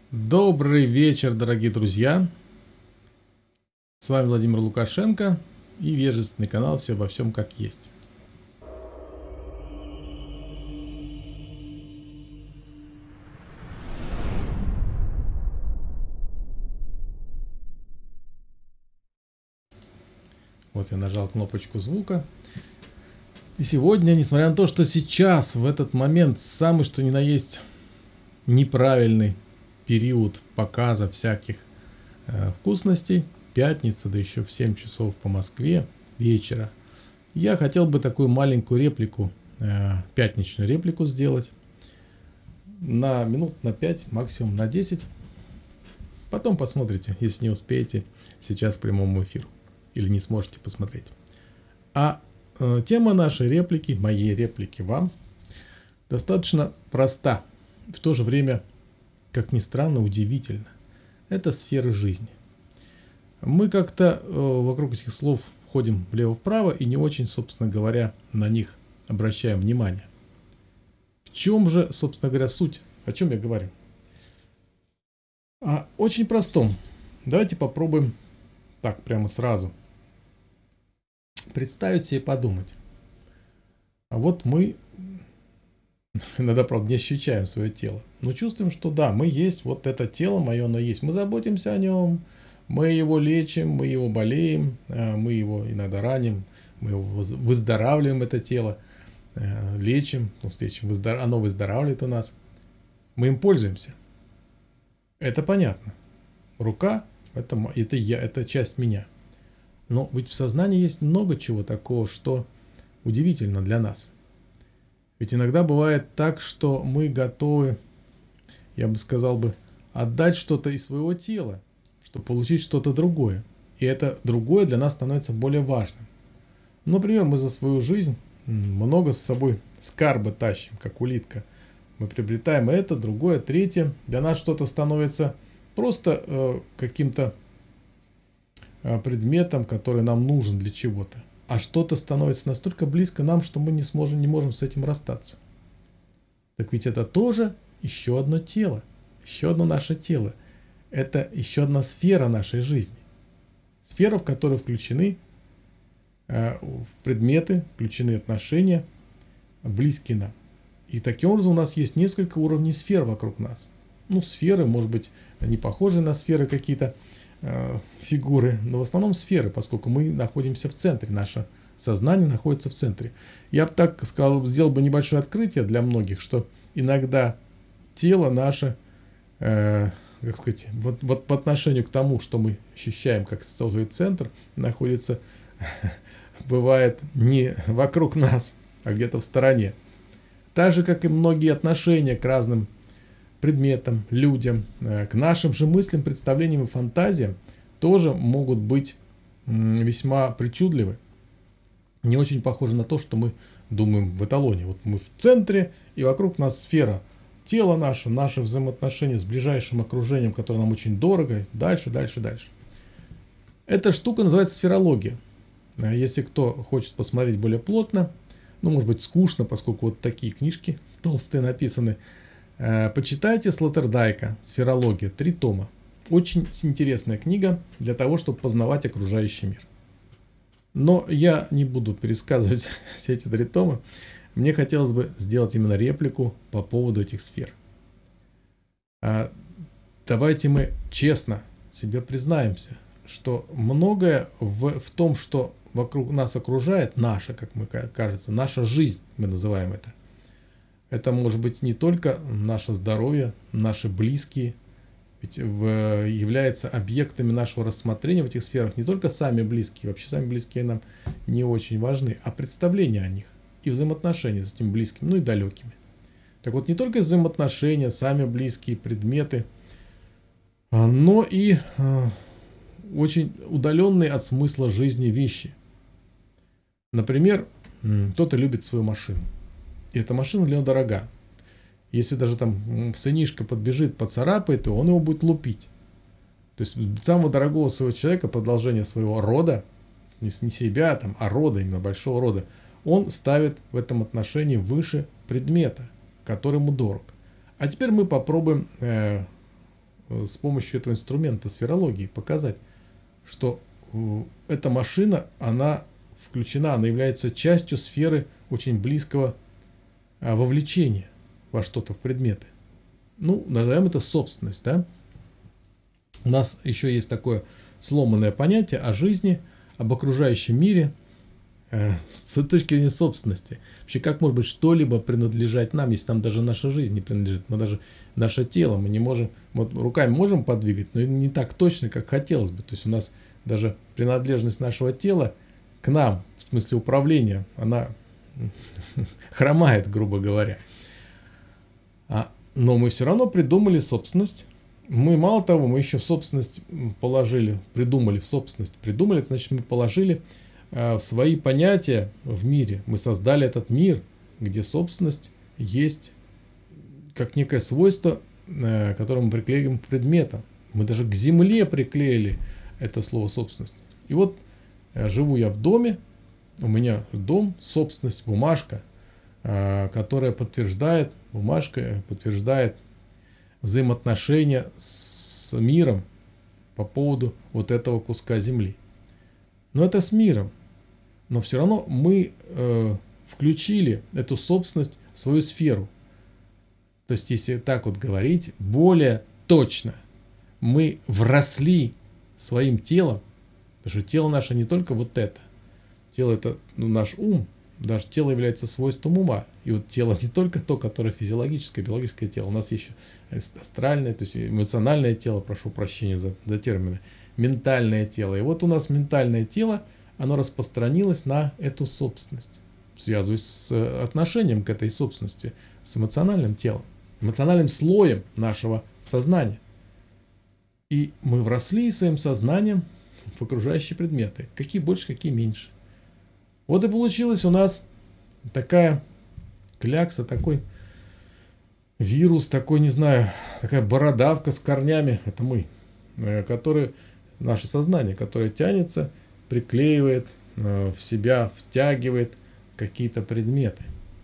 Добрый вечер, дорогие друзья! С вами Владимир Лукашенко и Вежественный канал «Все обо всем как есть». Вот я нажал кнопочку звука. И сегодня, несмотря на то, что сейчас, в этот момент, самый что ни на есть неправильный период показа всяких вкусностей, пятница, да еще в 7 часов по Москве вечера, я хотел бы такую маленькую реплику, пятничную реплику сделать на минут на 5, максимум на 10. Потом посмотрите, если не успеете сейчас к прямому эфиру или не сможете посмотреть. А тема нашей реплики, моей реплики вам, достаточно проста, в то же время, как ни странно, удивительно. Это сферы жизни. Мы как-то вокруг этих слов ходим влево-вправо и не очень, собственно говоря, на них обращаем внимание. В чем же, собственно говоря, суть? О чем я говорю? Очень простом. Давайте попробуем так прямо сразу представить себе и подумать. А вот мы иногда, правда, не ощущаем свое тело, но чувствуем, что да, мы есть, вот это тело мое, оно есть. Мы заботимся о нем, мы его лечим, мы его болеем, мы его иногда раним, мы его выздоравливаем, это тело, лечим, оно выздоравливает у нас. Мы им пользуемся. Это понятно. Рука это я, это часть меня. Но ведь в сознании есть много чего такого, что удивительно для нас. Ведь иногда бывает так, что мы готовы, я бы сказал отдать что-то из своего тела, чтобы получить что-то другое. И это другое для нас становится более важным. Например, мы за свою жизнь много с собой скарба тащим, как улитка. Мы приобретаем это, другое, третье. Для нас что-то становится просто каким-то предметом, который нам нужен для чего-то. А что-то становится настолько близко нам, что мы не можем с этим расстаться. Так ведь это тоже еще одно тело, еще одно наше тело. Это еще одна сфера нашей жизни. Сфера, в которой включены предметы, включены отношения, близкие нам. И таким образом у нас есть несколько уровней сфер вокруг нас. Сферы, может быть, не похожие на сферы какие-то фигуры, но в основном сферы, поскольку мы находимся в центре, наше сознание находится в центре. Я бы так сказал, сделал бы небольшое открытие для многих, что иногда тело наше, как сказать, вот по отношению к тому, что мы ощущаем как свой центр, находится, бывает не вокруг нас, а где-то в стороне. Так же, как и многие отношения к разным предметам, людям, к нашим же мыслям, представлениям и фантазиям тоже могут быть весьма причудливы. Не очень похожи на то, что мы думаем в эталоне. Вот мы в центре, и вокруг нас сфера. Тело наше, наши взаимоотношения с ближайшим окружением, которое нам очень дорого. Дальше. Эта штука называется сферология. Если кто хочет посмотреть более плотно, может быть скучно, поскольку вот такие книжки толстые написаны, почитайте Слотerdайка «Сферология», 3 тома. Очень интересная книга для того, чтобы познавать окружающий мир. Но я не буду пересказывать все эти 3 тома. Мне хотелось бы сделать именно реплику по поводу этих сфер. Давайте мы честно себе признаемся, что многое в том, что вокруг нас окружает, наша, как мне кажется, наша жизнь, мы называем это. Это может быть не только наше здоровье, наши близкие, ведь являются объектами нашего рассмотрения в этих сферах не только сами близкие, вообще сами близкие нам не очень важны, а представления о них и взаимоотношения с этими близкими, и далекими. Так вот, не только взаимоотношения, сами близкие предметы, но и очень удаленные от смысла жизни вещи. Например, кто-то любит свою машину. И эта машина для него дорога. Если даже там сынишка подбежит, поцарапает, то он его будет лупить. То есть самого дорогого своего человека, продолжение своего рода, не себя, а рода, именно большого рода, он ставит в этом отношении выше предмета, который ему дорог. А теперь мы попробуем с помощью этого инструмента сферологии показать, что эта машина, она включена, она является частью сферы очень близкого вовлечения во что-то, в предметы. Ну, назовем это собственность, да? У нас еще есть такое сломанное понятие о жизни, об окружающем мире с точки зрения собственности. Вообще, как может быть что-либо принадлежать нам, если там даже наша жизнь не принадлежит? Мы даже наше тело, мы не можем, вот руками можем подвигать, но не так точно, как хотелось бы. То есть у нас даже принадлежность нашего тела к нам, в смысле управления, она хромает, грубо говоря. Но мы все равно придумали собственность. Мы, мало того, мы еще в собственность придумали, это значит, мы положили в свои понятия в мире. Мы создали этот мир, где собственность есть как некое свойство, которое мы приклеим к предметам. Мы даже к земле приклеили это слово собственность. И вот живу я в доме, у меня дом, собственность, бумажка, которая подтверждает взаимоотношения с миром по поводу вот этого куска земли. Но это с миром. Но все равно мы включили эту собственность в свою сферу. То есть, если так вот говорить, более точно, мы вросли своим телом, потому что тело наше не только вот это. Тело это наш ум, даже тело является свойством ума. И вот тело не только то, которое физиологическое, биологическое тело. У нас еще астральное, то есть эмоциональное тело, прошу прощения за термины, ментальное тело. И вот у нас ментальное тело, оно распространилось на эту собственность, связываясь с отношением к этой собственности, с эмоциональным телом, эмоциональным слоем нашего сознания. И мы вросли своим сознанием в окружающие предметы. Какие больше, какие меньше. Вот и получилась у нас такая клякса, такой вирус, такой, не знаю, такая бородавка с корнями. Это мы, которые, наше сознание, которое тянется, приклеивает в себя, втягивает какие-то предметы.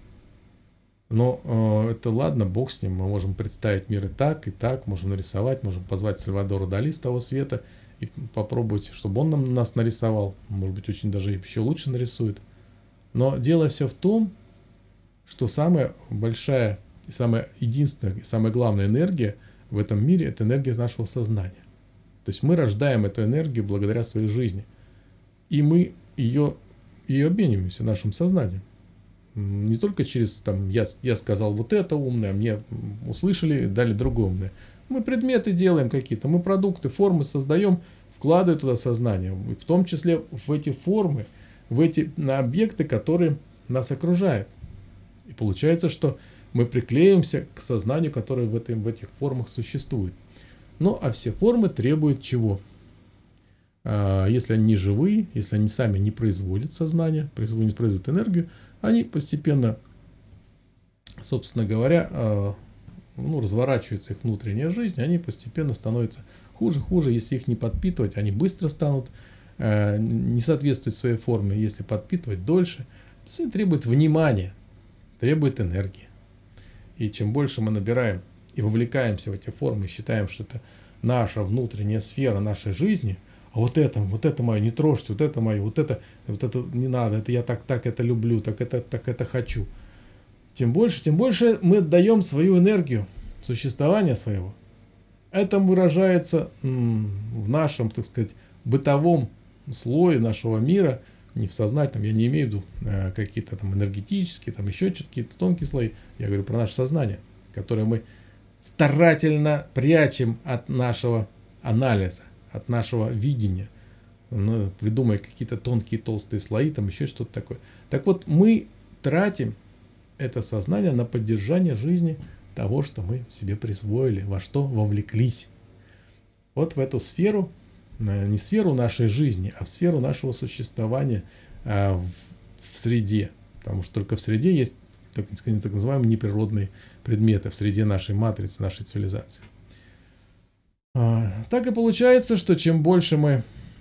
Но это ладно, бог с ним. Мы можем представить мир и так, можем нарисовать, можем позвать Сальвадора Дали с того света и попробовать, чтобы он нас нарисовал. Может быть, очень даже еще лучше нарисует. Но дело все в том, что самая большая, самая единственная, самая главная энергия в этом мире – это энергия нашего сознания. То есть мы рождаем эту энергию благодаря своей жизни. И мы ее обмениваемся нашим сознанием. Не только через, я сказал вот это умное, мне услышали, дали другое умное. Мы предметы делаем какие-то, мы продукты, формы создаем, вкладывая туда сознание. В том числе в эти формы, в эти объекты, которые нас окружают. И получается, что мы приклеимся к сознанию, которое в этих формах существует. Ну, а все формы требуют чего? Если они не живые, если они сами не производят сознание, не производят энергию, они постепенно, собственно говоря, разворачивается их внутренняя жизнь, они постепенно становятся хуже. Если их не подпитывать, они быстро станут не соответствовать своей форме. Если подпитывать дольше, то это требует внимания, требует энергии. И чем больше мы набираем и вовлекаемся в эти формы, считаем, что это наша внутренняя сфера нашей жизни, а вот это мое, не трожьте, вот это мое, вот это не надо, это я так это люблю, так это хочу. Тем больше мы отдаем свою энергию существования своего. Это выражается в нашем, так сказать, бытовом слое нашего мира, не в сознательном, я не имею в виду какие-то там энергетические, там еще какие-то тонкие слои, я говорю про наше сознание, которое мы старательно прячем от нашего анализа, от нашего видения, придумая какие-то тонкие толстые слои, там еще что-то такое. Так вот, мы тратим это сознание на поддержание жизни того, что мы себе присвоили, во что вовлеклись. Вот в эту сферу, не сферу нашей жизни, а в сферу нашего существования в среде. Потому что только в среде есть так называемые неприродные предметы, в среде нашей матрицы, нашей цивилизации. Так и получается, что чем больше мы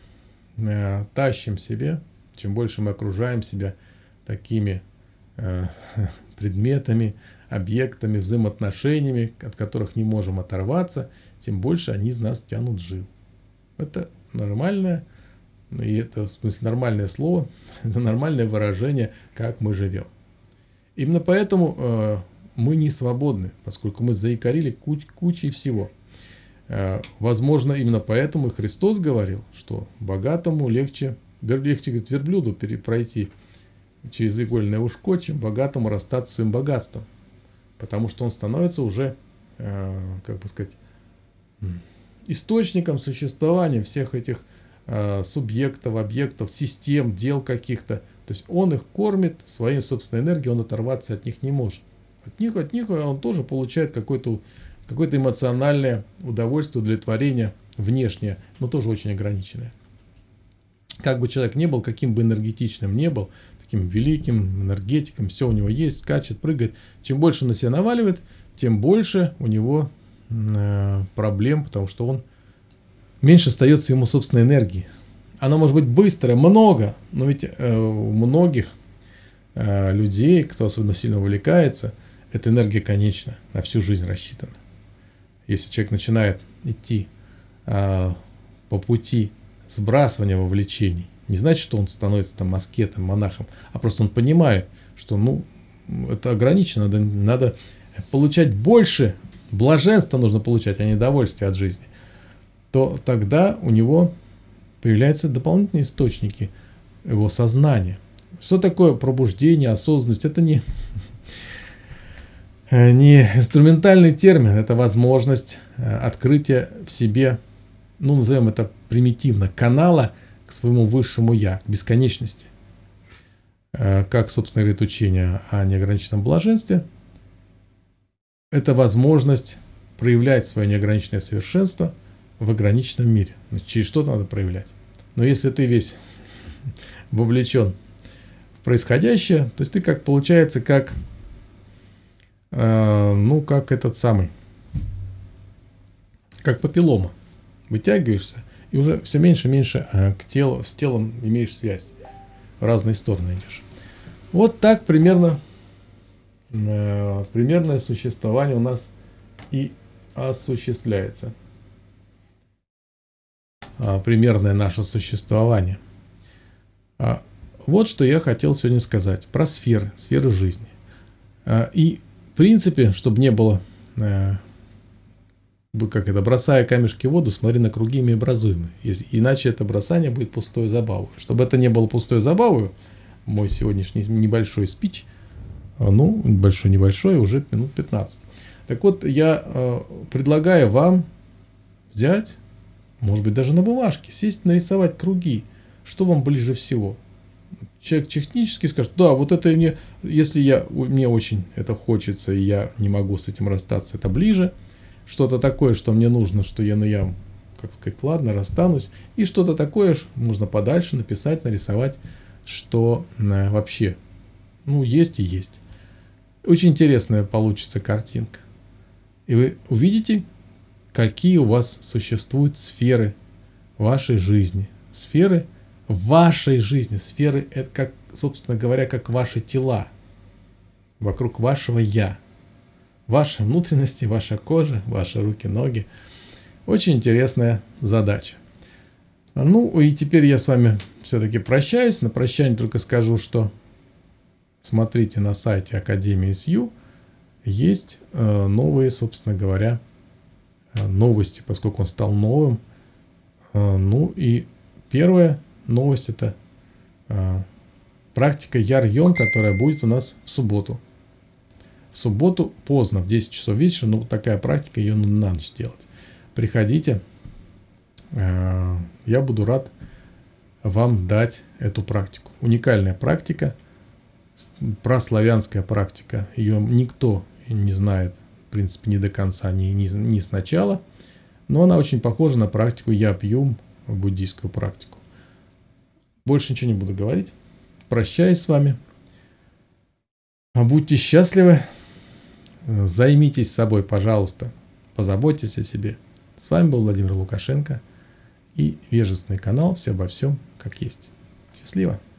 тащим себе, чем больше мы окружаем себя такими предметами, объектами, взаимоотношениями, от которых не можем оторваться, тем больше они из нас тянут жил. Это нормальное, и это в смысле нормальное слово, это нормальное выражение, как мы живем. Именно поэтому мы не свободны, поскольку мы заикарили кучей всего. Возможно, именно поэтому и Христос говорил, что богатому легче говорит, верблюду пройти через игольное ушко, чем богатому расстаться с своим богатством. Потому что он становится уже, как бы сказать, источником существования всех этих субъектов, объектов, систем, дел каких-то. То есть он их кормит своей собственной энергией, он оторваться от них не может. От них он тоже получает какое-то эмоциональное удовольствие, удовлетворение внешнее, но тоже очень ограниченное. Как бы человек ни был, каким бы энергетичным ни был, таким великим энергетиком, все у него есть, скачет, прыгает. Чем больше на себя наваливает, тем больше у него проблем, потому что он меньше остается ему собственной энергии. Она может быть быстрая, много, но ведь у многих людей, кто особенно сильно увлекается, эта энергия конечна, на всю жизнь рассчитана. Если человек начинает идти по пути сбрасывания вовлечений, не значит, что он становится там аскетом, монахом, а просто он понимает, что это ограничено, надо получать больше, блаженства нужно получать, а не удовольствие от жизни, то тогда у него появляются дополнительные источники его сознания. Что такое пробуждение, осознанность? Это не инструментальный термин, это возможность открытия в себе, назовем это примитивно, канала к своему высшему я, к бесконечности. Как, собственно, говорит учение о неограниченном блаженстве, это возможность проявлять свое неограниченное совершенство в ограниченном мире. Через что-то надо проявлять. Но если ты весь вовлечен в происходящее, то есть ты получается как этот самый, как папиллома. Вытягиваешься, и уже все меньше и меньше с телом имеешь связь. В разные стороны идешь. Вот так примерное существование у нас и осуществляется. Примерное наше существование. Вот что я хотел сегодня сказать про сферы жизни. И в принципе, чтобы не было, бросая камешки в воду, смотри на круги ими образуемые. Иначе это бросание будет пустой забавой. Чтобы это не было пустой забавой, мой сегодняшний небольшой спич, небольшой, уже минут 15. Так вот, я предлагаю вам взять, может быть, даже на бумажке, сесть, нарисовать круги, что вам ближе всего. Человек технически скажет, да, вот это мне, если мне очень это хочется, и я не могу с этим расстаться, это ближе. Что-то такое, что мне нужно, что я ладно, расстанусь. И что-то такое можно подальше написать, нарисовать, что вообще, есть и есть. Очень интересная получится картинка. И вы увидите, какие у вас существуют сферы вашей жизни. Сферы вашей жизни. Сферы, это как, собственно говоря, как ваши тела. Вокруг вашего «я». Ваши внутренности, ваша кожа, ваши руки, ноги. Очень интересная задача. И теперь я с вами все-таки прощаюсь. На прощание только скажу, что смотрите на сайте Академии СЮ. Есть новые, собственно говоря, новости, поскольку он стал новым. И первая новость — это практика Яр-Йон, которая будет у нас в субботу. В субботу поздно, в 10 часов вечера, такая практика, ее на ночь делать. Приходите, я буду рад вам дать эту практику. Уникальная практика, праславянская практика, ее никто не знает, в принципе, ни до конца, ни сначала, но она очень похожа на практику Яп-Юм, буддийскую практику. Больше ничего не буду говорить. Прощаюсь с вами. Будьте счастливы. Займитесь собой, пожалуйста. Позаботьтесь о себе. С вами был Владимир Лукашенко и Вежественный канал. Все обо всем как есть. Счастливо.